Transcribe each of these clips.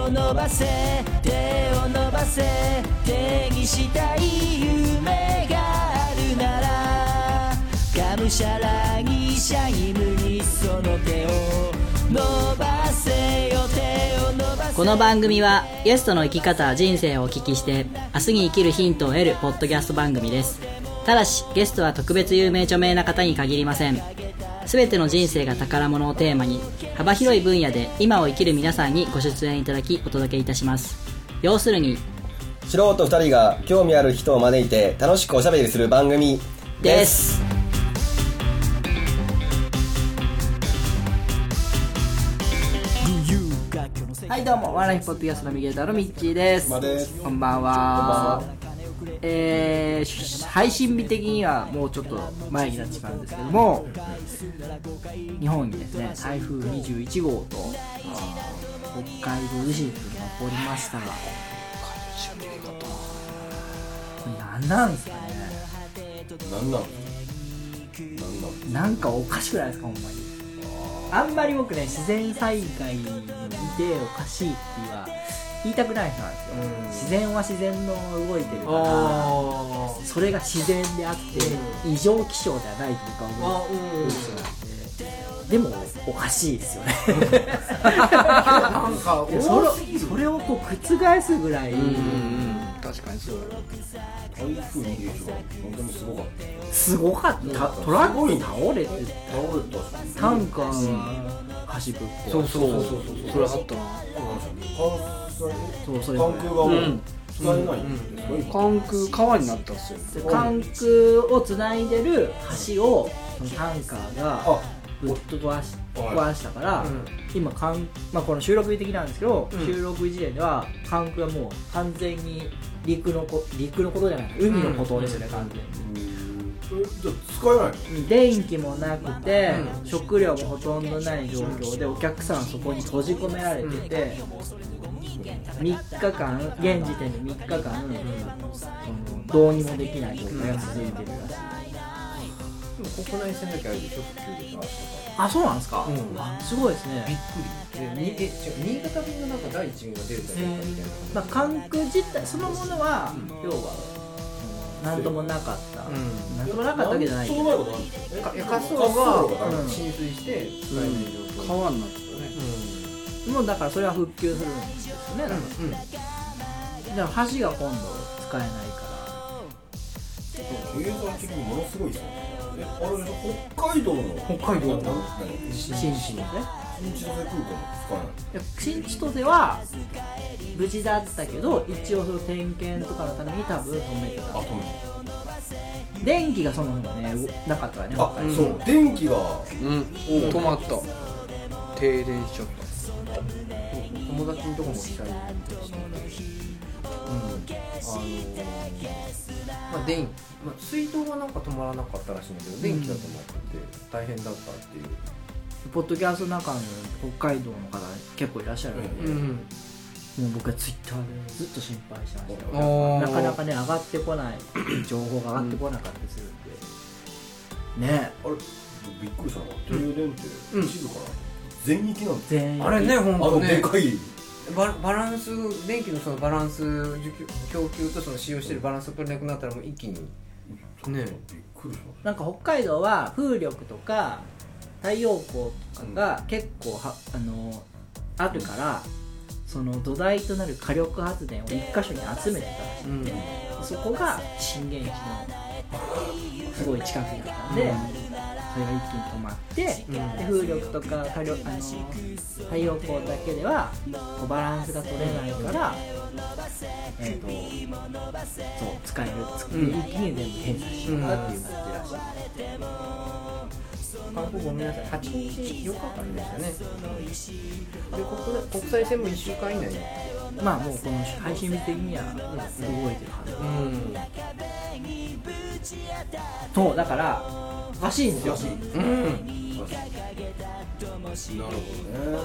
を伸ばせ手を伸ばせ手にしたい夢があるならがむしゃらにシャイムにその手を伸ばせよ手を伸ばせ。この番組はゲストの生き方人生をお聞きして明日に生きるヒントを得るポッドキャスト番組です。ただしゲストは特別有名著名な方に限りません。すべての人生が宝物をテーマに幅広い分野で今を生きる皆さんにご出演いただきお届けいたします。要するに素人2人が興味ある人を招いて楽しくおしゃべりする番組です。 はいどうもワンライフポッドキャストナビゲーターのミッチーです。こんばんは。配信日的にはもうちょっと前になっちまうんですけども、日本にですね台風21号と北海道地震というのが起こりましたが、これ何なんですかね。なんかおかしくないですかほんまに。あんまり僕ね自然災害に見ておかしいって言いたくない人なんですよ、自然は自然の動いてるからそれが自然であって、異常気象ではないとか思う人なんで、でもおかしいですよねなんかそれをこう覆すぐらい、 確かにそうだよ。 台風21号本当にすごかった。 トラック倒れてタンカー橋ぶっ壊そうそれあったな。 そうそれ関空がもう使えないんですよ、 関空川になったんですよ。 関空をつないでる橋をそのタンカーがぶっ飛ばし壊したから、今この収録日的なんですけど、収録時点では関空はもう完全に陸のことじゃない、海のことですよね、完全に。 じゃあ使えないの？ 電気もなくて、食料もほとんどない状況でお客さんそこに閉じ込められてて、3日間現時点で3日間、どうにもできない状態が続いてるらしい。 でも国内線だけあるでしょ、普及であ、そうなんですか、すごいですね。 びっくりで、新潟便のなんか第一便が出るとかみたいな、 関空自体そのものは、要はなんともなかった、なんともなかったわけじゃないけど、 滑走が浸水して使えない状況、 川になってたね。 もうだからそれは復旧するんですよね。だから橋が今度使えないから経済的にものすごいですよね。あれ北海道の新千歳空港も使えない。 新千歳は無事だったけど、一応その点検とかのために多分止めてた。電気がその方がねなかったからね。 そう、電気が止まった。停電しちゃった。 友達のとこも来たり水道はなんか止まらなかったらしいんだけど、電気が止まってて大変だったっていう。 ポッドキャストの中の北海道の方結構いらっしゃるので、もう僕はツイッターでずっと心配してましたよ。なかなかね上がってこない情報が上がってこなかったりするんで、ね。 あれびっくりしたのが停電って一部から全域なんですよ。 あれね、ほんとね、 でかいバランス、電気のそのバランス、供給とその使用してるバランスが取れなくなったらもう一気にね。 びっくりした。 なんか北海道は風力とか太陽光とかが結構あるから、その土台となる火力発電を一箇所に集めてたらしい、そこが震源地のすごい近くにあったんで、それが一気に止まって、で風力とか太陽光だけではバランスが取れないから、そう使える、一気に全部閉鎖しようかっていう感じらしい。 韓国ごめんなさい、8日4日間でしたね。で国際線も1週間以内に、 まあもうこの配信日的には動いてるはず、そうだからおかしいんですよ。 なるほどね。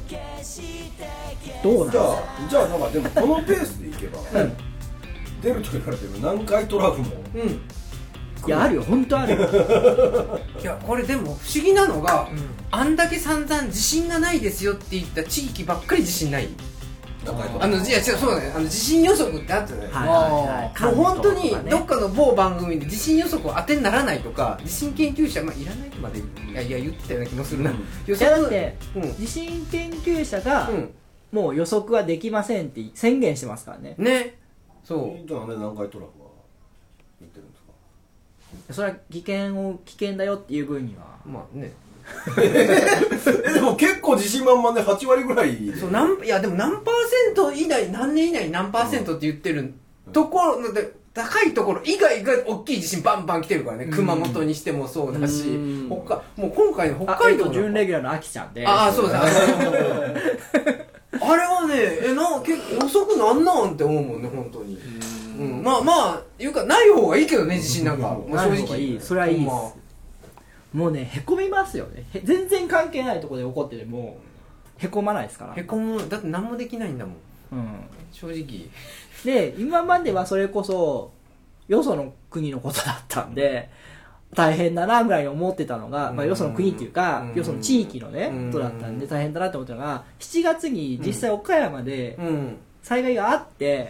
どうなんですか。 じゃあなんかでもこのペースでいけば、出ると言われてる南海トラフも、 いやあるよ、本当あるよいやこれでも不思議なのが、あんだけ散々自信がないですよって言った地域ばっかり自信ない。 いや違う、そうだね、地震予測ってあったね、 はいはいはい、 もう本当に関東とかねどっかの某番組で地震予測を当てにならないとか、地震研究者、まあいらないとまで言ってたような気もするな、予いやだってうん地震研究者がうんもう予測はできませんって宣言してますからね。 ね、そうじゃあなんで南海トラフは言ってるんですか？ それは危険だよっていう分にはまあね、 でも結構自信満々で8割ぐらいでそういやでも何パーセント以内、何年以内に何パーセントって言ってるところで、高いところ以外が大きい地震バンバン来てるからね、熊本にしてもそうだし、もう今回の北海道の準レギュラーのあきちゃんで、 ああそうですあれはね結構遅くなんなんって思うもんね本当に。まあいうかない方がいいけどね、地震なんか、まあ正直いい、それはいいです。もうね、へこみますよね。全然関係ないところで起こっててもへこまないですから。 へこむ、だって何もできないんだもん、正直。 で今まではそれこそよその国のことだったんで大変だなぐらいに思ってたのが、よその国っていうか、よその地域のね、ことだったんで大変だなって思ったのが、7月に実際岡山で災害があって、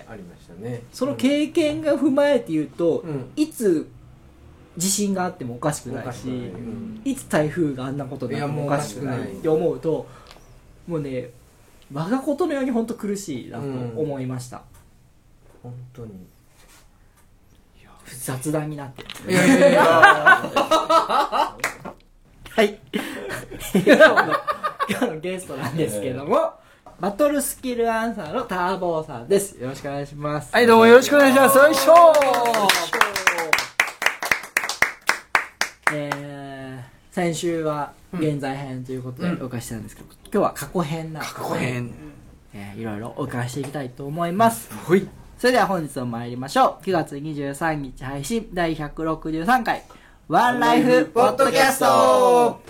ありましたね。 その経験が踏まえて言うと、いつ地震があってもおかしくないし、いつ台風があんなことになってもおかしくないって思うと、もうね、我がことのように本当苦しいなと思いました。 本当に雑談になってる。 いやはい今日のゲストなんですけども、バトルスキルアンサーのターボーさんです。よろしくお願いします。 はい、どうもよろしくお願いします。よいしょ先週は現在編ということでお伺いしたんですけど、今日は過去編なんで、 過去編、 いろいろお伺いしていきたいと思います。 はい。 それでは本日も参りましょう。9月23日配信第163回ワンライフポッドキャスト。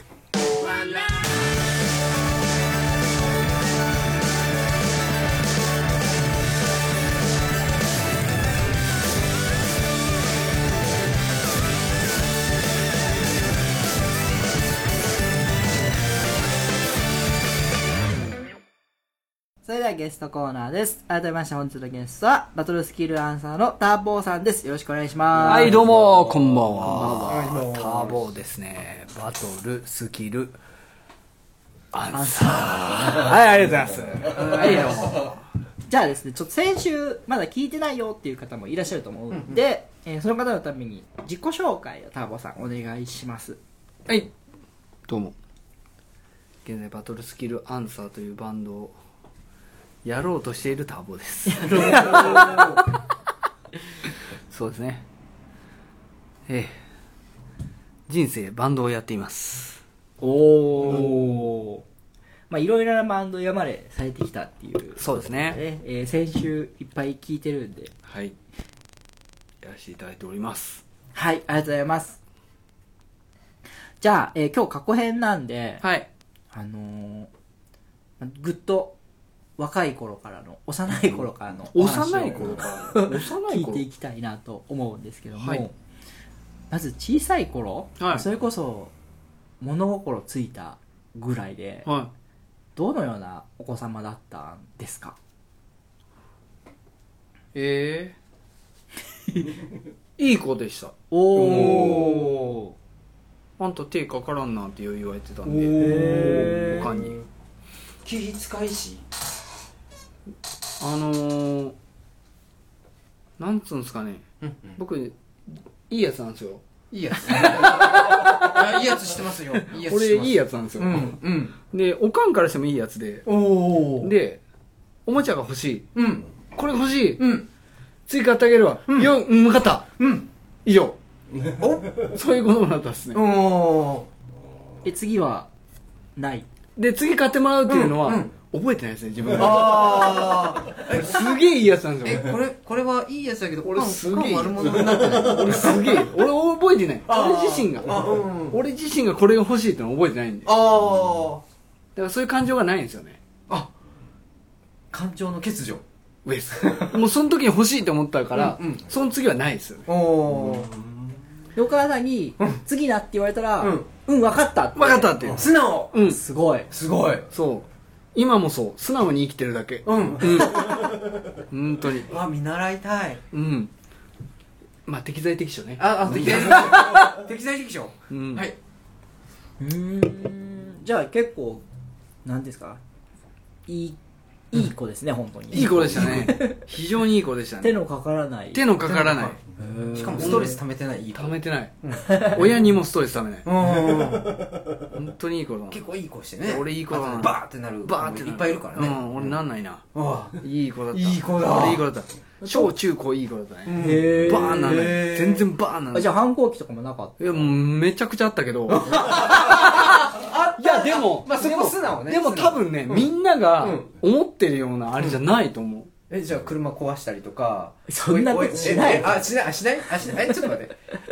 それではゲストコーナーです。改めまして本日のゲストはバトルスキルアンサーのターボーさんです。よろしくお願いします。 はい、どうもこんばんは。ターボーですね。バトルスキルアンサー。はい、ありがとうございます。はい、どうも。 じゃあですね、ちょっと先週まだ聞いてないよっていう方もいらっしゃると思うんで、その方のために自己紹介をターボーさんお願いします。 はい、どうも。現在バトルスキルアンサーというバンドをやろうとしているターボです。そうですね。人生バンドをやっています。 おお。まあいろいろなバンドを山でされてきたっていう、 そうですね。 先週いっぱい聞いてるんで、 はい。やらせていただいております。 はい、ありがとうございます。じゃあ、今日過去編なんで、 はい。 ぐっと若い頃からの幼い頃からのお話を幼い頃から聞いていきたいなと思うんですけども、 はい、 まず小さい頃、 はい、 それこそ物心ついたぐらいで、 はい、 どのようなお子様だったんですか？ いい子でした。 おお。 あんた手かからんなって言われてたんで、他に気使いし、 なんつうんですかね、僕いいやつなんですよ。 いいやついいやつしてますよ。 俺いいやつなんですよ。でおかんからしてもいいやつで、でおもちゃが欲しい、これ欲しい、追加買ってあげるわ、よ分かった、以上。そういうことになったんですね。 次はないで次買ってもらうっていうのは、覚えてないですね、自分が。すげえいいやつなんですよ。 これはいいやつだけど、 俺すげえ悪者になってない。 俺すげえ、俺覚えてない。俺自身がこれが欲しいってのは覚えてないんで。だからそういう感情がないんですよね。 感情の欠如ウェス。もうその時に欲しいと思ったから、その次はないですよね。 でお母さんに次なって言われたら、分かった分かったっていう。 素直。すごいそう。 今もそう素直に生きてるだけ。本当に。 見習いたい。 まあ適材適所ね。 適材適所。はい。 じゃあ結構何ですか、いい子ですね、本当に。 いい子でしたね。非常にいい子でしたね。 手のかからない。 しかもストレス溜めてない。 溜めてない。親にもストレス溜めない。本当にいい子だな。 結構いい子してね。 俺いい子だな。 バーってなる。バーっていっぱいいるからね。 俺なんないな。いい子だった。 いい子だ。 俺いい子だった。小中高いい子だったね。バーンなんない。全然バーンなんない。 じゃあ反抗期とかもなかった？ いやもうめちゃくちゃあったけど。いやでも、 そこ素直ね。 でも多分ね、みんなが思ってるようなあれじゃないと思う。 じゃあ車壊したりとか。 そんなことしない。 しないちょっと待って。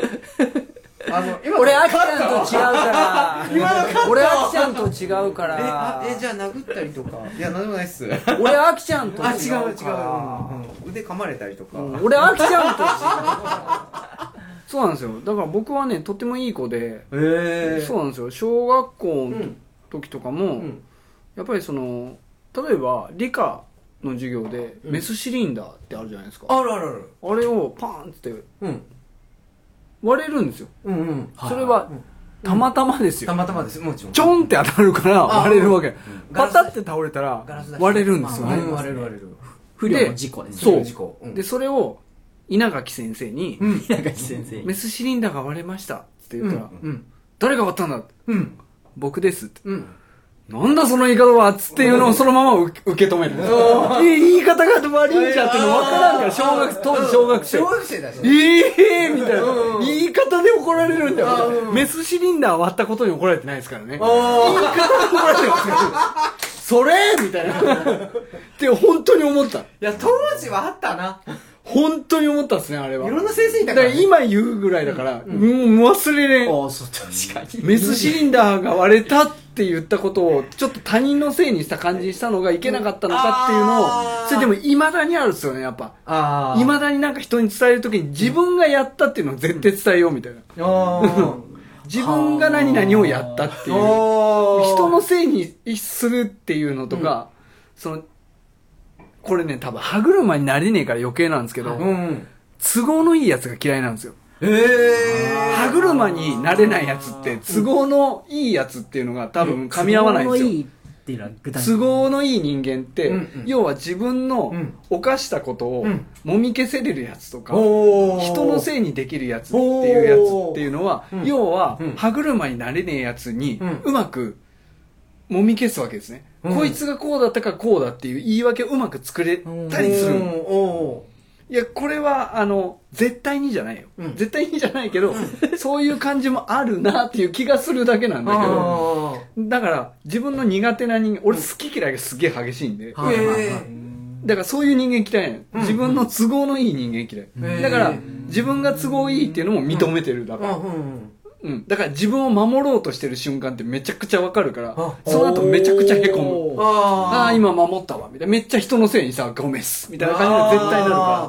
俺アキちゃんと違うから俺アキちゃんと違うからじゃあ殴ったりとか。いや、なんでもないっす。 俺アキちゃんと違う。 腕噛まれたりとか。 俺アキちゃんと違う。そうなんですよ。だから僕はね、とってもいい子で、そうなんですよ。小学校の時とかも、やっぱりその、例えば理科の授業でメスシリンダーってあるじゃないですか。 ある。 あれをパーンって割れるんですよ。それはたまたまですよ。 たまたまです。もちろん。 ちょんって当たるから割れるわけ。パタって倒れたら割れるんですよね。 割れる。 不良の事故ですね。そう。で、それを稲垣先生に、 メスシリンダーが割れましたって言ったら、誰が割ったんだ？僕ですって。なんだその言い方はつっていうのをそのまま受け止める。言い方が悪いんじゃっての分からんから、当時小学生。 小学生だし。 みたいな。言い方で怒られるんだよ。メスシリンダー割ったことに怒られてないですからね。言い方で怒られてますよ。それみたいな。って本当に思った。 いや、当時はあったな。 本当に思ったっすね、あれは。 いろんな先生いたから、ね。 今言うぐらいだから、もう忘れれん。 確かに。 メスシリンダーが割れたって言ったことを、ちょっと他人のせいにした感じにしたのがいけなかったのかっていうのを、それでも未だにあるっすよね、やっぱ。未だになんか人に伝えるときに自分がやったっていうのを絶対伝えようみたいな。自分が何々をやったっていう。人のせいにするっていうのとか、その、これね、多分歯車になれねえから余計なんですけど、都合のいいやつが嫌いなんですよ。歯車になれないやつって都合のいいやつっていうのが多分噛み合わないんですよ。都合のいい人間って、要は自分の犯したことをもみ消せれるやつとか、人のせいにできるやつっていうやつっていうのは、要は歯車になれねえやつにうまくもみ消すわけですね。こいつがこうだったからこうだっていう言い訳をうまく作れたりする。いや、これは、絶対にじゃないよ。絶対にじゃないけど、そういう感じもあるなっていう気がするだけなんだけど、だから、自分の苦手な人間、俺好き嫌いがすげえ激しいんで、だからそういう人間嫌いなの。自分の都合のいい人間嫌い。だから、自分が都合いいっていうのも認めてる。だから。だから自分を守ろうとしてる瞬間ってめちゃくちゃわかるから、その後めちゃくちゃへこむ。ああ、今守ったわ。みたいな。めっちゃ人のせいにさ、ゴメス。みたいな感じで絶対になるから。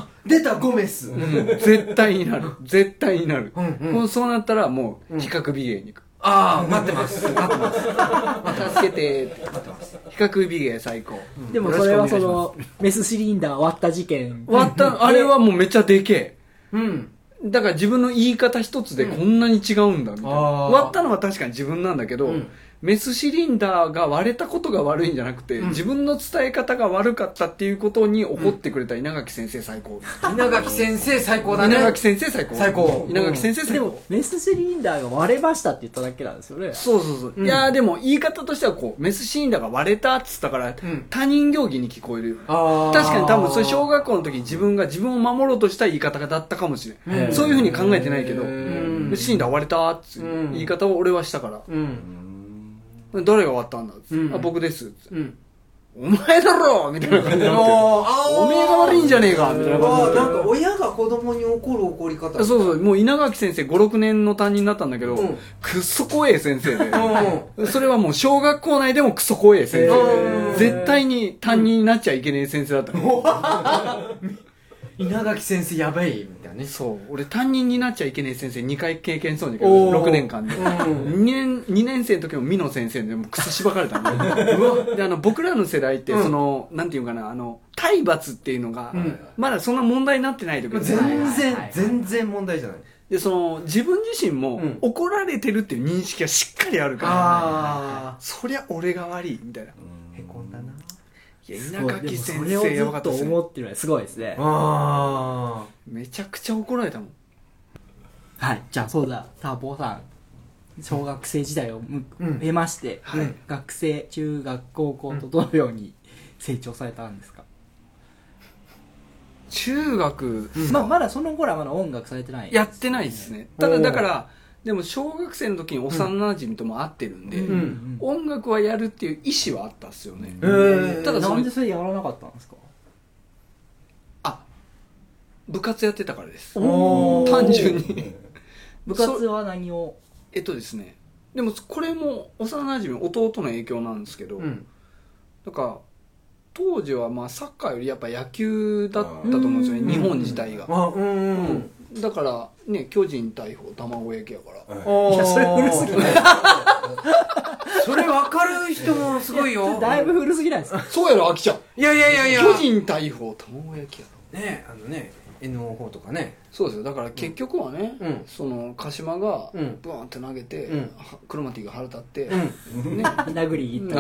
出たゴメス。 絶対になる。絶対になる。もうそうなったらもう、比較美芸に行く。 待ってます。 助けてーって。比較美芸最高。 でもそれはその、メスシリンダー割った事件。 あれはもうめっちゃでけえ。だから自分の言い方一つでこんなに違うんだみたいな。割ったのは確かに自分なんだけど、メスシリンダーが割れたことが悪いんじゃなくて、自分の伝え方が悪かったっていうことに怒ってくれた稲垣先生最高。 稲垣先生最高だね。 稲垣先生最高。 最高。 稲垣先生最高。 でも、メスシリンダーが割れましたって言っただけなんですよね。 そう。いやでも言い方としてはこう、メスシリンダーが割れたって言ったから、他人行儀に聞こえるよ。確かに多分それ小学校の時に自分を守ろうとした言い方だったかもしれない。そういうふうに考えてないけど、メスシリンダー割れたって言い方を俺はしたから。誰が割ったんだ、僕です、お前だろみたいな感じになっておめえが悪いんじゃねえかみたいな感じでなんか親が子供に怒る怒り方そうもう稲垣先生 5,6 年の担任になったんだけど、くっそ怖え先生で、それはもう小学校内でもくそ怖え先生で、絶対に担任になっちゃいけねえ先生だった稲垣先生やばいみたいなね。 そう俺担任になっちゃいけない先生2回経験そうにだけど6年間で、2年生の時も美濃先生でもクソしばかれたんでで僕らの世代ってその、なんていうかな体罰っていうのが、まだそんな問題になってない時全然問題じゃない。 で自分自身も怒られてるっていう認識がしっかりあるから、そりゃ俺が悪いみたいな、 へこんだな。 いや稲垣先生やばかったですね。 それをずっと思ってるのはすごいですね。 めちゃくちゃ怒られたもん。 はい。じゃあそうだ、ターボーさん小学生時代を経まして、学生中学高校とどのように成長されたんですか？ 中学、 まだその頃はまだ音楽されてない、 やってないですね。ただだからでも小学生の時に幼馴染とも会ってるんで、音楽はやるっていう意思はあったっすよね。 ただなんでそれやらなかったんですか？ 部活やってたからです。単純に部活は何を？ ですね、でもこれも幼馴染弟の影響なんですけど、だから当時はまあサッカーよりやっぱ野球だったと思うんですよね、日本自体が。だからね、巨人大砲卵焼きやから。 いや、それ古すぎないそれ分かる人もすごいよ。 だいぶ古すぎないですか？ そうやろ、あきちゃん。 いや巨人大砲卵焼きやろね。NO4 とかね。 そうですよ。だから結局はね、その鹿島がブワーンって投げて、クロマティが腹立って、 殴りに行った。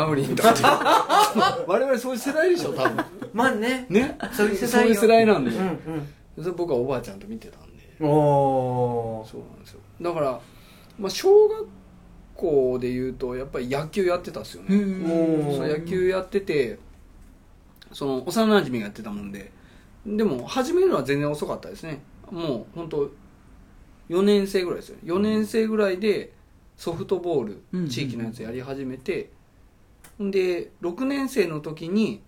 我々そういう世代でしょ、多分。 まあね。 そういう世代なんで、僕はおばあちゃんと見てたんで。そうなんですよ。だから、まあ、小学校でいうとやっぱり野球やってたっすよね。そう野球やってて、その幼馴染がやってたもんで、でも始めるのは全然遅かったですね。もう本当4年生ぐらいですよ。4年生ぐらいでソフトボール、地域のやつやり始めて、で6年生の時に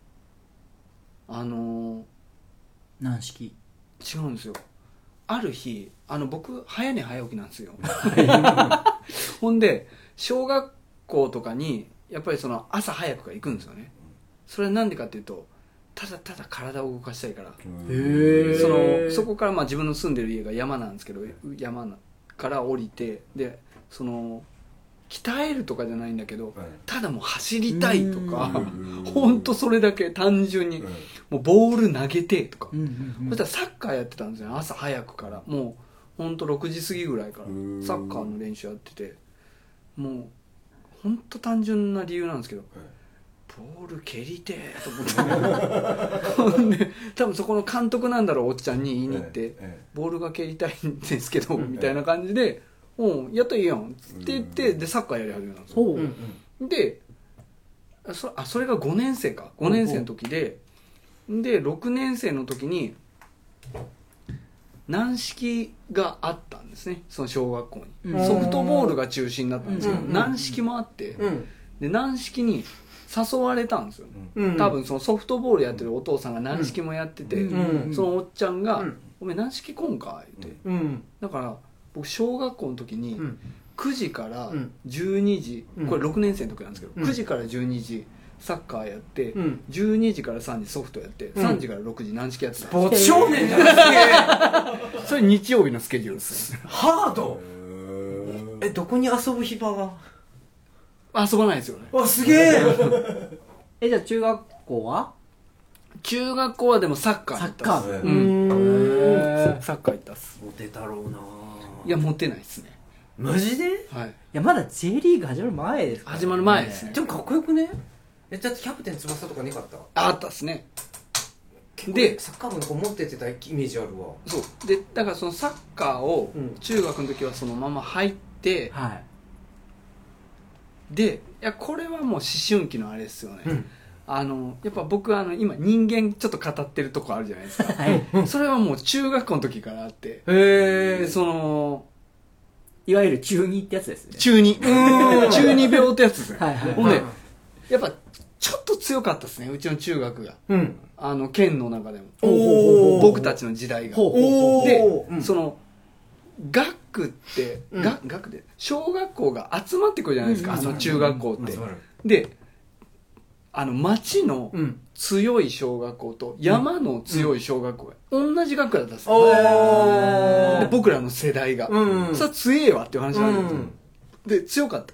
軟式違うんですよ。ある日僕早寝早起きなんですよほんで小学校とかにやっぱりその朝早くから行くんですよね。それはなんでかっていうと、ただただ体を動かしたいから。そこからまあ自分の住んでる家が山なんですけど、山から降りて、でその鍛えるとかじゃないんだけど、ただもう走りたいとか、ほんとそれだけ単純に、もうボール投げてとか、そしたらサッカーやってたんですよ、朝早くから。もうほんと6時過ぎぐらいからサッカーの練習やってて、もうほんと単純な理由なんですけど、ボール蹴りてーと思ってで多分そこの監督なんだろう、おっちゃんに言いに行って、ボールが蹴りたいんですけどみたいな感じで、やったらいいやんって言って、でサッカーやり始めたんですよ。でそれが5年生か、5年生の時で、6年生の時に軟式があったんですね、その小学校に。ソフトボールが中心だったんですけど、軟式もあって、で軟式に誘われたんですよ。多分そのソフトボールやってるお父さんが軟式もやってて、そのおっちゃんが「お前軟式来んか?」言って、だから僕小学校の時に9時から12時、これ6年生の時なんですけど、9時から12時サッカーやって、12時から3時ソフトやって、3時から6時軟式やってたんですよ。 少年じゃないですそれ日曜日のスケジュールですね。 ハード。どこに遊ぶ暇が？ 遊ばないですよね。 すげえ。 じゃあ中学校は？ 中学校はでもサッカー行ったっす。サッカー行ったっす。 モテたろうな。 いやモテないっすね。 マジで？ はい。 いやまだ J リーグ始まる前ですからね。 始まる前ですね。 でもかっこよくね？だってキャプテン翼とかなかった？ あったっすね。でサッカー部の子持ってたイメージあるわ。 そうで、だからそのサッカーを中学の時はそのまま入って、でいやこれはもう思春期のあれですよね。やっぱ僕今人間ちょっと語ってるとこあるじゃないですか。それはもう中学校の時からあって、そのいわゆる中2ってやつですね。 中二病ってやつですね。ほんでやっぱちょっと強かったですね、うちの中学が。県の中でも僕たちの時代が。でその学って学で小学校が集まってくるじゃないですか、中学校って。で町の強い小学校と山の強い小学校が同じ学区だったんですよ、で僕らの世代が、それは強えわっていう話なんですよ、で強かった、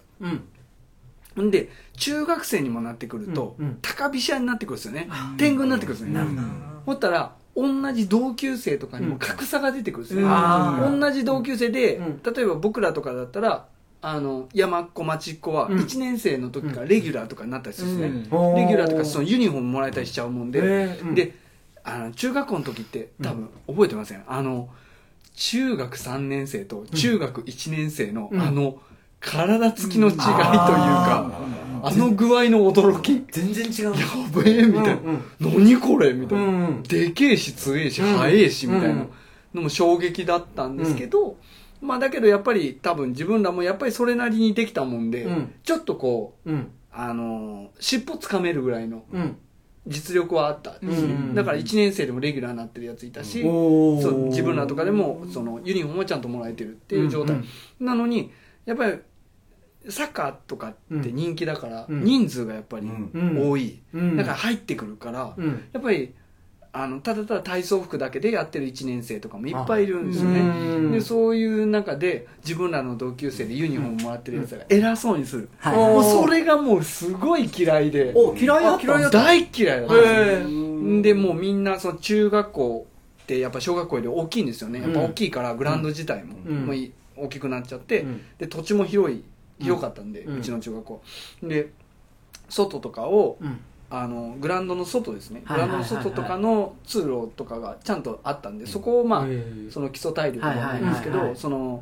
で中学生にもなってくると、高飛車になってくるんですよね、天狗になってくるんですよね、ほったら同じ同級生とかにも格差が出てくるんですよ、同じ同級生で、例えば僕らとかだったら山っ子町っ子は1年生の時からレギュラーとかになったりするんですね、レギュラーとかそのユニフォームもらえたりしちゃうもんで、で中学校の時って多分覚えてません、中学3年生と中学1年生の体つきの違いというか、具合の驚き、 全然違う、 やべえみたいな、何これみたいな、でけえし強えし速えしみたいなのも衝撃だったんですけど、まあだけどやっぱり多分自分らもやっぱりそれなりにできたもんで、ちょっとこう、尻尾つかめるぐらいの実力はあったし、だから1年生でもレギュラーになってるやついたし、そう自分らとかでもそのユニフォームはちゃんともらえてるっていう状態、なのにやっぱりサッカーとかって人気だから人数がやっぱり多い、だから入ってくるから、やっぱりただただ体操服だけでやってる1年生とかもいっぱいいるんですよね。でそういう中で自分らの同級生でユニフォームもらってるやつが偉そうにする、もうそれがもうすごい嫌いで、 嫌いだった大嫌いだったんで、もうみんなその中学校ってやっぱ小学校より大きいんですよね、やっぱ大きいからグラウンド自体ももう大きくなっちゃって、で土地も広かったんで、うちの中学校で外とかを、グラウンドの外ですね、グラウンドの外とかの通路とかがちゃんとあったんで、そこをまあその基礎体力じゃないんですけど、その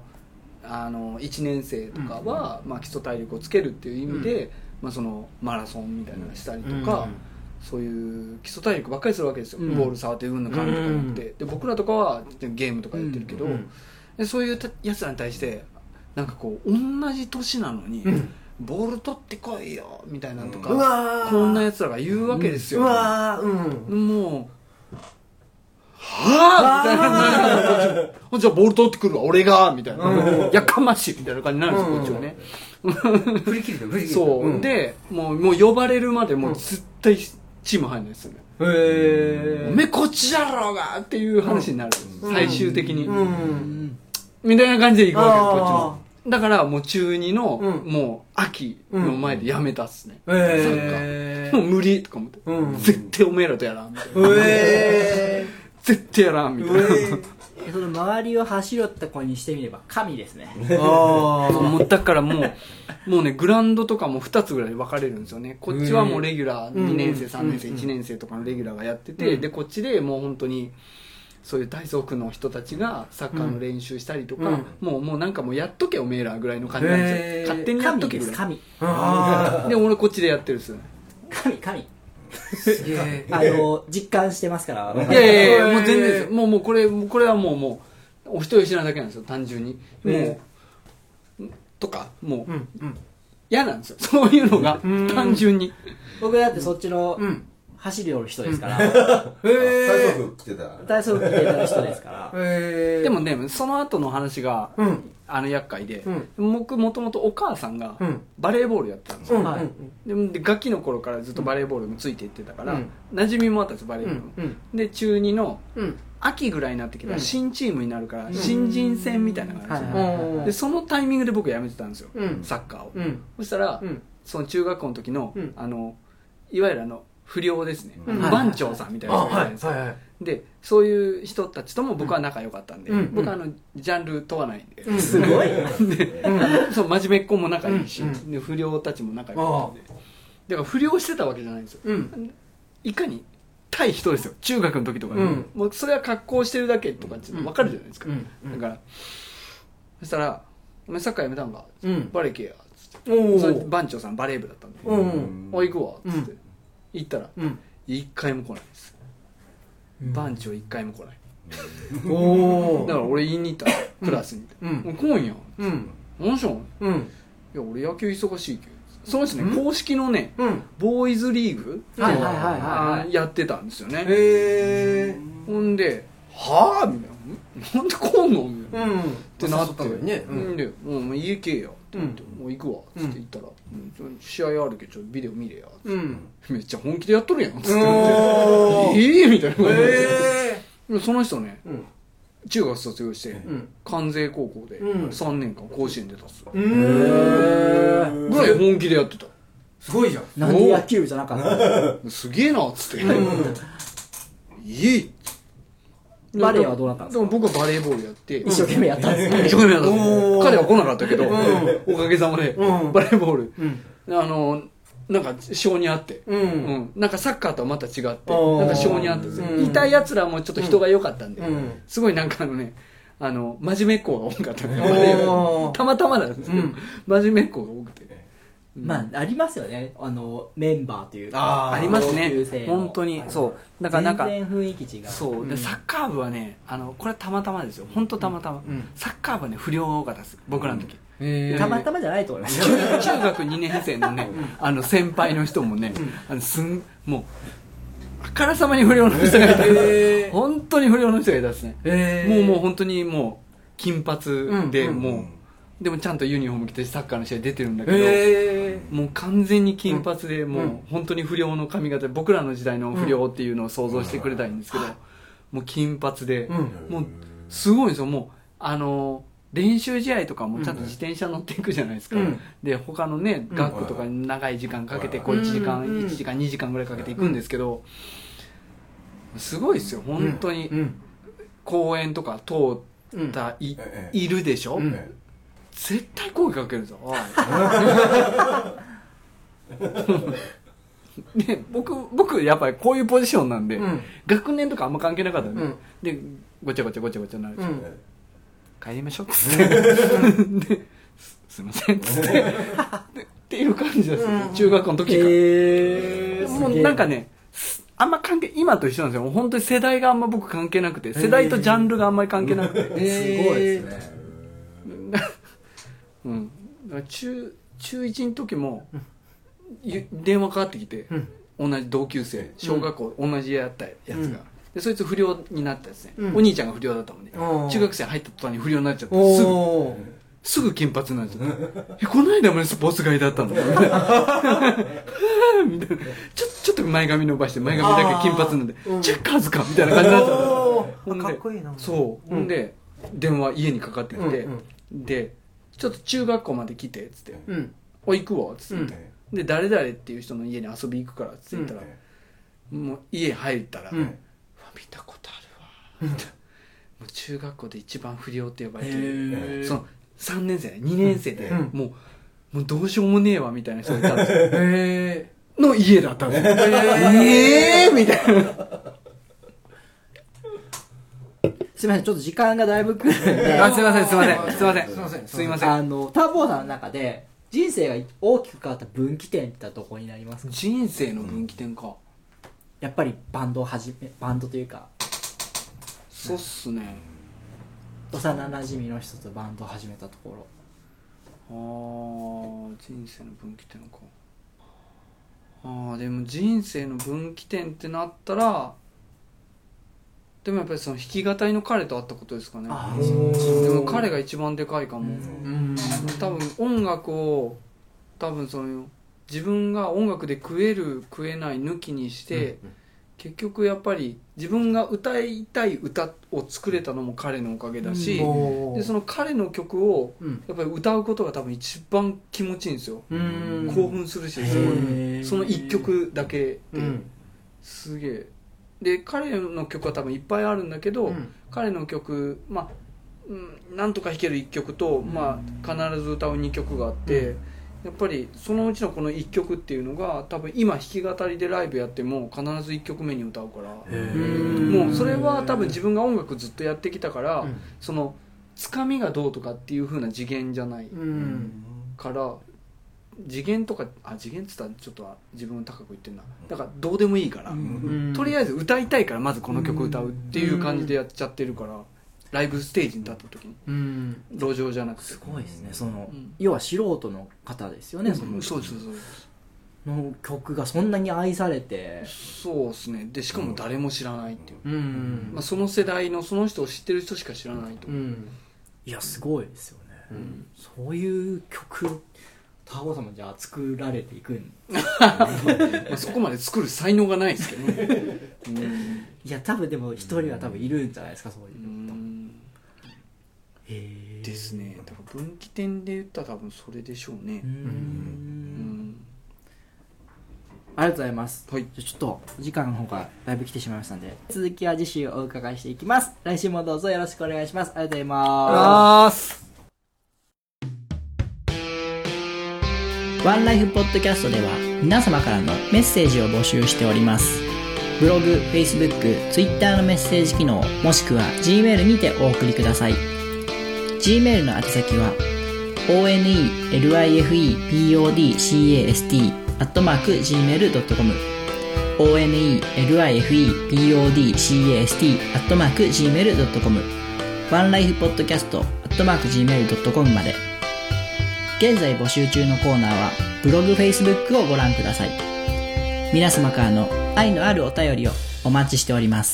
1年生とかはまあ基礎体力をつけるっていう意味で、まあそのマラソンみたいなのしたりとか、そういう基礎体力ばっかりするわけですよ、ボール触ってうんぬかんとか言って、で僕らとかはゲームとかやってるけど、でそういうやつらに対してなんかこう同じ年なのに、ボール取ってこいよみたいなとか、こんなやつらが言うわけですよ、もうはぁみたいな、じゃあボール取ってくるわ俺がみたいな、やかましいみたいな感じになるんですよ、こっちはね。 振り切るそうでもう呼ばれるまでもう絶対チーム入んないですよね。おめえこっちだろうがっていう話になる、最終的に、みたいな感じでいくわけです、こっちも。だからもう中2の、もう秋の前でやめたっすね、サッカーもう無理とか思って、絶対おめえらとやらんみたいな、絶対やらんみたいな、 その周りを走ろった子にしてみれば神ですね。 もうだからもうねグラウンドとかも2つぐらい分かれるんですよね。こっちはもうレギュラー2年生3年生1年生とかのレギュラーがやってて、でこっちでもう本当にそういう体操服の人たちがサッカーの練習したりとか、もうなんかもうやっとけおめえらぐらいの感じなんですよ。勝手にやっとけぐらい。 神で俺こっちでやってるんですよね。 神実感してますから。 いやもう全然ですよ。もうこれはもうお人よしなだけなんですよ、単純に。もうとかもう嫌なんですよ、そういうのが単純に。 僕だってそっちの走り寄る人ですから。 体操服着てた体操服着てた人ですから。 でもね、その後の話が厄介で、僕もともとお母さんがバレーボールやってたんですよ。でガキの頃からずっとバレーボールについていってたから、馴染みもあったんです、バレーボール。で中2の秋ぐらいになってきたら新チームになるから新人戦みたいなのがあるんですよ。でそのタイミングで僕辞めてたんですよ、サッカーを。そしたらその中学校の時のいわゆる不良ですね、番長さんみたいな人がいるんですよ。でそういう人たちとも僕は仲良かったんで、僕はジャンル問わないんで、 すごいでそう真面目っ子も仲いいし、で不良たちも仲良かったんで、だから不良してたわけじゃないんですよ、いかに対人ですよ、中学の時とかで、もうそれは格好してるだけとかって分かるじゃないですか、だからそしたら「お前サッカーやめたんか?」バレー行けや」っつって、それ番長さんバレー部だったんで「おい行くわ」っつって行ったら一回も来ないです、番長一回も来ない。だから俺言いに行ったクラスに「もう来んやん」何しょん?」いや俺野球忙しいけど、その人ね公式のねボーイズリーグやってたんですよね。ほんで「はぁ?」みたいな「なんで来んの?」みたいなってなって「でもう家行けよ」 って言って、もう行くわっつって言ったら、試合あるけどちょっとビデオ見れやっつって、めっちゃ本気でやっとるやんっつってみたいな感じで、その人ね、中学卒業して、関西高校で3年間甲子園出たっすよ。ぐらい本気でやってた。 すごいじゃん。 なんで野球部じゃなかったの？ すげえなっつって。いい。 バレーはどうなったんですか？ 僕はバレーボールやって。 一生懸命やったんですか？ 一生懸命やったんです。彼は来なかったけど、おかげさまで、バレーボール、なんか性にあって、なんかサッカーとはまた違って、なんか性にあって、痛い奴らもちょっと人が良かったんで、すごいなんか真面目っ子が多かったね。たまたまなんですけど、真面目っ子が多くて。 まあ、ありますよね。メンバーというか。ありますね。 同級生の本当に。そう。だからなんか。 全然雰囲気違う。 そう。で、サッカー部はね、これはたまたまですよ。本当たまたま。サッカー部はね、不良が多かったです。僕らの時。 たまたまじゃないと思います中学2年生のね、先輩の人もね、もう、あからさまに不良の人がいた。本当に不良の人がいたですね。もう本当にもう、金髪で、もう、でもちゃんとユニフォーム着てサッカーの試合出てるんだけど、もう完全に金髪で、もう本当に不良の髪型で、僕らの時代の不良っていうのを想像してくれたいんですけど、もう金髪で、もうすごいんですよ。もう練習試合とかもちゃんと自転車乗っていくじゃないですか。で、他のね、学校とかに長い時間かけて、こう1時間、2時間ぐらいかけていくんですけど、すごいですよ、本当に。公園とか通ったいるでしょ、絶対声かけるぞ。で、僕やっぱりこういうポジションなんで、学年とかあんま関係なかったんで、で、ごちゃごちゃなるでしょ。帰りましょうっつって。すいませんっつって。っていう感じですよ。中学校の時から。もうなんかね、あんま今と一緒なんですよ。本当に世代があんま僕関係なくて、世代とジャンルがあんまり関係なくて。 すごいですね。 だから中1の時も電話かかってきて、同じ同級生、小学校同じ家やったやつが、でそいつ不良になったですね、お兄ちゃんが不良だったもんね、中学生入った途端に不良になっちゃって、すぐ金髪になっちゃってこの間もスポーツ街だったのみたいなちょっと前髪伸ばして前髪だけ金髪なんでチェッカーズかみたいな感じになっちゃった。 かっこいいな。 そうほんで電話家にかかってきて、でちょっと中学校まで来てっつって、お行くわっつって、で誰々っていう人の家に遊び行くからっつって言ったら、もう家入ったら、見たことあるわもう中学校で一番不良って呼ばれてる、その3年生2年生で、もうどうしようもねえわみたいな人がいたんですよ、の家だったんですよ。みたいな。 すいません、ちょっと時間がだいぶ来るんで。 すいません。ターボーさんの中で、人生が大きく変わった分岐点ってどこになりますか？ 人生の分岐点か。 やっぱりバンドというか。 そうっすね。 幼馴染の人とバンドを始めたところ。人生の分岐点か。でも人生の分岐点ってなったら、でもやっぱりその弾き語りの彼と会ったことですかね。でも彼が一番でかいかも。多分音楽をその自分が音楽で食える食えない抜きにして、結局やっぱり自分が歌いたい歌を作れたのも彼のおかげだし、でその彼の曲をやっぱり歌うことが多分一番気持ちいいんですよ。興奮するし、すごいその一曲だけですげえ。で彼の曲は多分いっぱいあるんだけど、彼の曲なんとか弾ける1曲と、必ず歌う2曲があって、やっぱりそのうちのこの1曲っていうのが多分今弾き語りでライブやっても必ず1曲目に歌うから、もうそれは多分自分が音楽ずっとやってきたから、そのつかみがどうとかっていう風な次元じゃないから、次元とか次元っつったらちょっと自分高く言ってんな、だからどうでもいいから、とりあえず歌いたいからまずこの曲歌うっていう感じでやっちゃってるから、ライブステージに立った時に、路上じゃなくて。 すごいですね。要は素人の方ですよね。 そうの曲がそんなに愛されて。 そうですね。でしかも誰も知らないっていう、その世代のその人を知ってる人しか知らないと、 いやすごいですよね。 そういう曲ターボさんもじゃあ作られていくんそこまで作る才能がないですけどねいや多分でも一人は多分いるんじゃないですか、そういうのですね。だから分岐点で言ったら多分それでしょうね。 ありがとうございます。 はい。 じゃあちょっと時間の方がだいぶ来てしまいましたので、続きは次週お伺いしていきます。来週もどうぞよろしくお願いします。ありがとうございます。ワンライフポッドキャストでは皆様からのメッセージを募集しております。ブログ、Facebook、Twitter のメッセージ機能、もしくは Gmail にてお送りください。Gmail の宛先は onelifepodcast@gmail.com onelifepodcast@gmail.com ワンライフポッドキャスト@gmail.com まで。現在募集中のコーナーはブログ、Facebook をご覧ください。皆様からの愛のあるお便りをお待ちしております。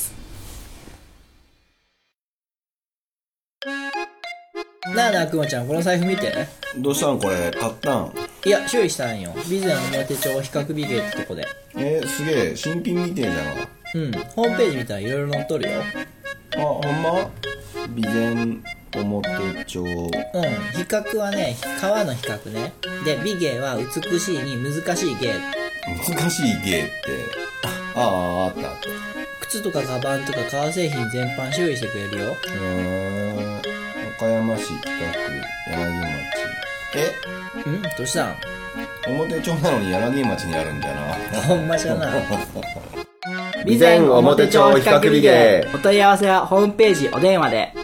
なあなあくまちゃん、この財布見て。 どうしたんこれ、買ったん？ いや、修理したんよ。備前表帳比較美芸ってとこで。 すげえ、新品みてえじゃん。うん、ホームページ見たらいろいろ載っとるよ。 あ、ほんま？備前表帳。 比較はね、川の比較ね。で、美芸は美しいに難しい芸。 難しい芸って、あった。 靴とかカバンとか革製品全般修理してくれるよ。 岡山市北区柳町。 どうしたん？ 表町なのに柳町にあるんだよな。 ほんまじゃな。 備前表町比較美芸。 お問い合わせはホームページ、お電話で。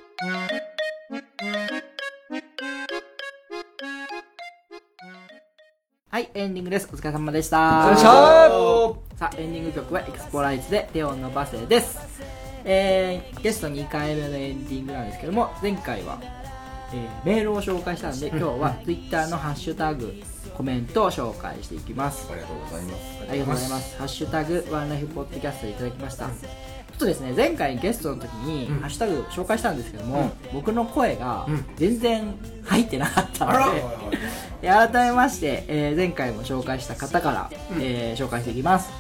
はい、エンディングです。お疲れ様でした。 お疲れ様でした。 さあ、エンディング曲はエクスポライズで手を伸ばせです。ゲスト2回目のエンディングなんですけども、前回は、メールを紹介したので、今日は Twitter のハッシュタグ、コメントを紹介していきます。 ありがとうございます。 ありがとうございます。ハッシュタグワンライフポッドキャストでいただきました。ちょっとですね、前回ゲストの時にハッシュタグ紹介したんですけども、僕の声が全然入ってなかったので、改めまして、前回も紹介した方から、紹介していきます。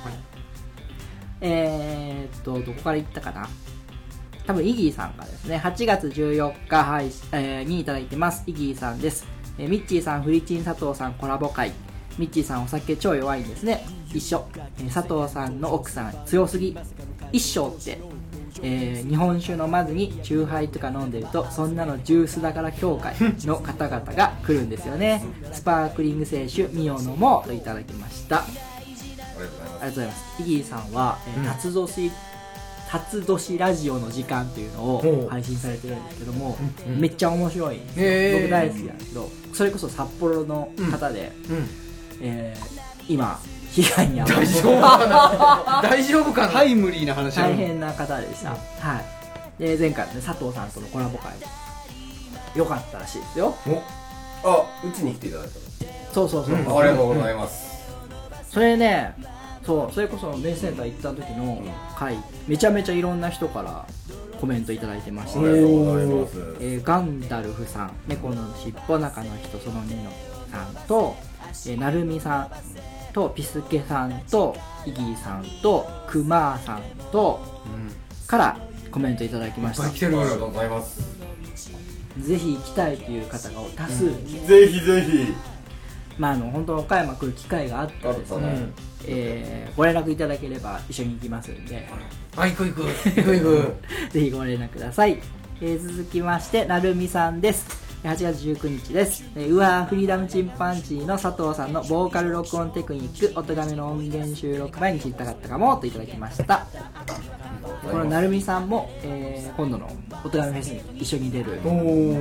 どこからいったかな。多分イギーさんがですね、8月14日、にいただいてます。イギーさんです。ミッチーさん、フリチン佐藤さんコラボ会。ミッチーさんお酒超弱いんですね。一緒。佐藤さんの奥さん強すぎ。一生って、日本酒飲まずにチューハイとか飲んでると、そんなのジュースだから協会の方々が来るんですよね。スパークリング清酒ミオ飲もうといただきました。ありがとうございます。イギーさんは、辰年ラジオの時間っていうのを配信されてるんですけども、めっちゃ面白いんですよ。僕大好きなんですけど、それこそ札幌の方で、今被害に遭って大丈夫かな。タイムリーな話。 大変な方でした。はい。で、前回ね、佐藤さんとのコラボ会良かったらしいですよ。 うちに来ていただいたの。そう、 ありがとうございます。 それね、それこそメインセンター行った時の回、めちゃめちゃいろんな人からコメントいただいてまして、 ありがとうございます。 ガンダルフさん、猫のしっぽ中の人その2のさんと、なるみさんとピスケさんとイギーさんとクマーさんと、からコメントいただきました。 ありがとうございます。 ぜひ行きたいという方が多数、 ぜひぜひ。 本当岡山来る機会があったらですね、ご連絡いただければ一緒に行きますんで、 行くぜひご連絡ください。続きましてなるみさんです。8月19日です。フリーダムチンパンジーの佐藤さんのボーカル録音テクニック、音亀の音源収録前に知りたかったかもといただきました。このなるみさんも、今度の音亀フェスに一緒に出る方です。あ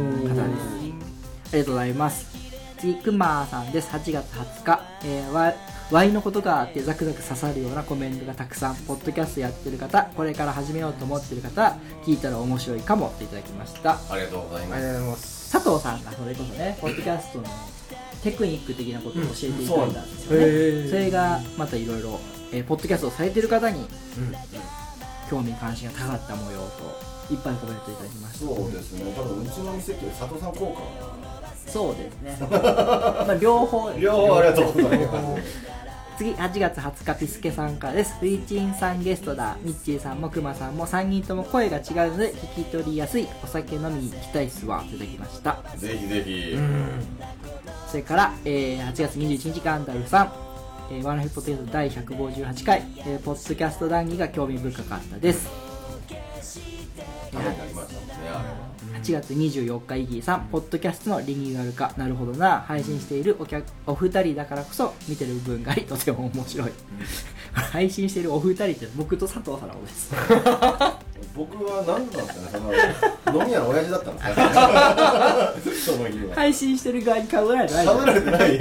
りがとうございます。次、くまーさんです。8月20日、ワイのことがあってザクザク刺さるようなコメントがたくさん。ポッドキャストやってる方、これから始めようと思ってる方、聞いたら面白いかもっていただきました。 ありがとうございます。 佐藤さんがそれこそね、ポッドキャストのテクニック的なことを教えていただいたんですよね。それがまたいろいろポッドキャストをされてる方に、興味関心が高かった模様といっぱいコメントいただきました。 そうですね、多分うちの店って佐藤さん効果そうですねまあ両方ありがとうございます次8月20日ピスケさんからです。フリチンさんゲストだ、ミッチーさんもクマさんも3人とも声が違うので聞き取りやすい。お酒飲みに行きたいっすわ、いただきました。 ぜひぜひ。 それから、8月21日ガンダルフさん、ワンライフポッドキャスト第158回、ポッドキャスト談義が興味深かったです。 ためになりましたもんね、あれは。 8月24日イギーさん、ポッドキャストのリニューアル化、なるほどな、配信しているお二人だからこそ見てる部分がとても面白い配信しているお二人って僕と佐藤さんのことです僕は何だったんですかね、その飲み屋の親父だったんですかその日は配信してる側に被られてない。 被られてない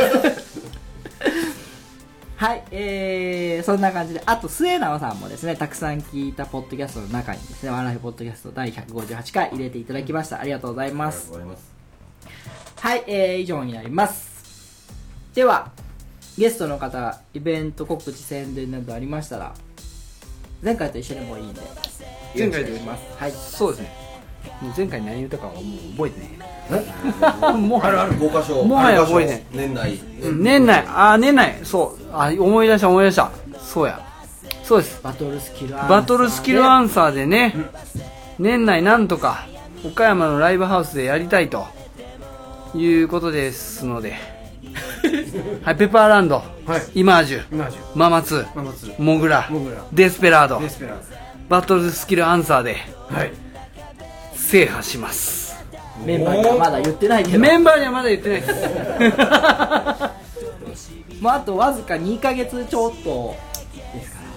はい、そんな感じで、あと末直さんもですね、たくさん聞いたポッドキャストの中にですね、ワンライフポッドキャスト第158回入れていただきました。ありがとうございます。はい、以上になります。ではゲストの方、イベント告知宣伝などありましたら、前回と一緒でもいいんで。 前回と言います。はい、そうですね。もう前回何言ったかはもう覚えてねもうある5箇所、 もはや覚えてね年内、 年内、そう、思い出した、そうや、そうです。 バトルスキルアンサーでね、年内なんとか岡山のライブハウスでやりたいということですのではい、ペパーランド、はい、イマージュ、ママツ、モグラ、デスペラード、バトルスキルアンサーで、はい、制覇します。 メンバーにはまだ言ってないけど、 メンバーにはまだ言ってないですもうあとわずか2ヶ月ちょっとですから、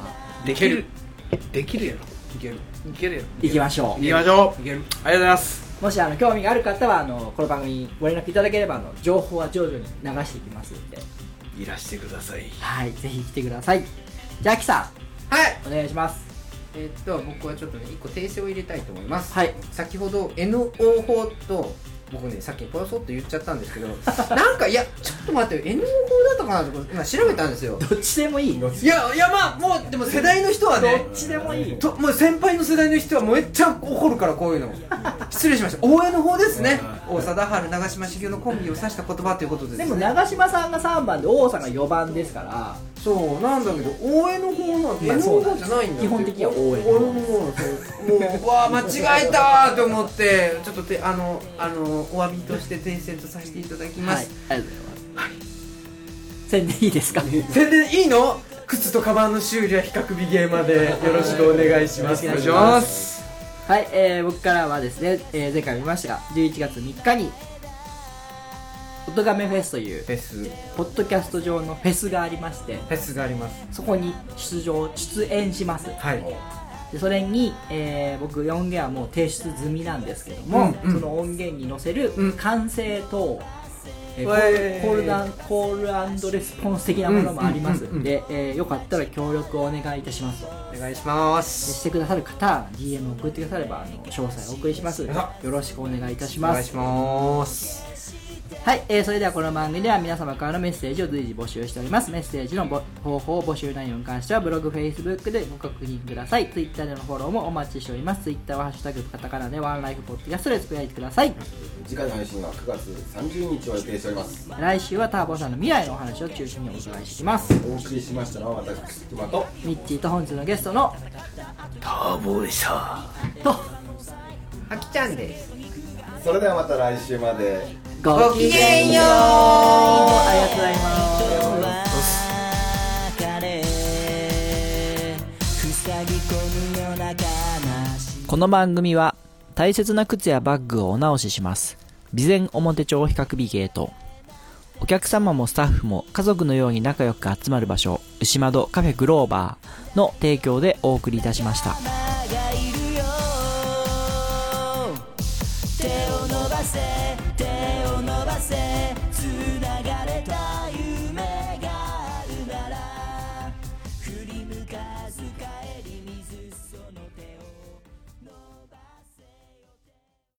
できるやろ、いけるやろ、 行きましょう。 ありがとうございます。 もし興味がある方はこの番組にご連絡いただければ情報は徐々に流していきますので、 いらしてください。 はい、ぜひ来てください。じゃあアキさん、 はい、 お願いします。 僕はちょっとね1個訂正を入れたいと思います。 はい、 先ほど NO 法と僕ねさっきポロソッと言っちゃったんですけどなんかいやちょっと待ってよ NO 法だったかなと今調べたんですよ。 どっちでもいい。 いやまあもうでも世代の人はねどっちでもいいもう先輩の世代の人はめっちゃ怒るからこういうの失礼しました。大江の方ですね。王貞治長嶋茂雄のコンビを指した言葉ということです、ね、 でも長嶋さんが3番で王さんが4番ですから。 そうなんだけど大江の方なんて N の方じゃないんだ。 基本的には大江の方。 もうわあ間違えたと思ってちょっとお詫びとして訂正とさせていただきます。 はい、ありがとうございます。はい、宣伝いいですか？ 宣伝いいの？靴とカバンの修理は比較美芸までよろしくお願いします。 お願いします。 はい、僕からはですね、前回見ましたが11月3日におとがめフェスというフェス、 ポッドキャスト上のフェスがありまして、 フェスがあります。 そこに出演します。 はい。 でそれに、僕音源はもう提出済みなんですけども、その音源に載せる完成と、コール&レスポンス的なものもありますので、よかったら協力をお願いいたします。 お願いします。 してくださる方は DM を送ってくだされば詳細をお送りしますのでよろしくお願いいたします。 お願いします。 はい、それではこの番組では皆様からのメッセージを随時募集しております。メッセージの方法、募集内容に関してはブログ、Facebook でご確認ください。Twitter でのフォローもお待ちしております。Twitter はハッシュタグカタカナでワンライフポッドキャストでつぶやいてください。 次回の配信は9月30日を予定しております。 来週はターボさんの未来のお話を中心にお伺いしていきます。 お送りしましたのは私クマとミッチーと本日のゲストのターボでしたとあきちゃんです。 それではまた来週までごきげんよう。ありがとうございます。この番組は大切な靴やバッグをお直しします備前表帳比較美芸と、お客様もスタッフも家族のように仲良く集まる場所牛窓カフェグローバーの提供でお送りいたしました。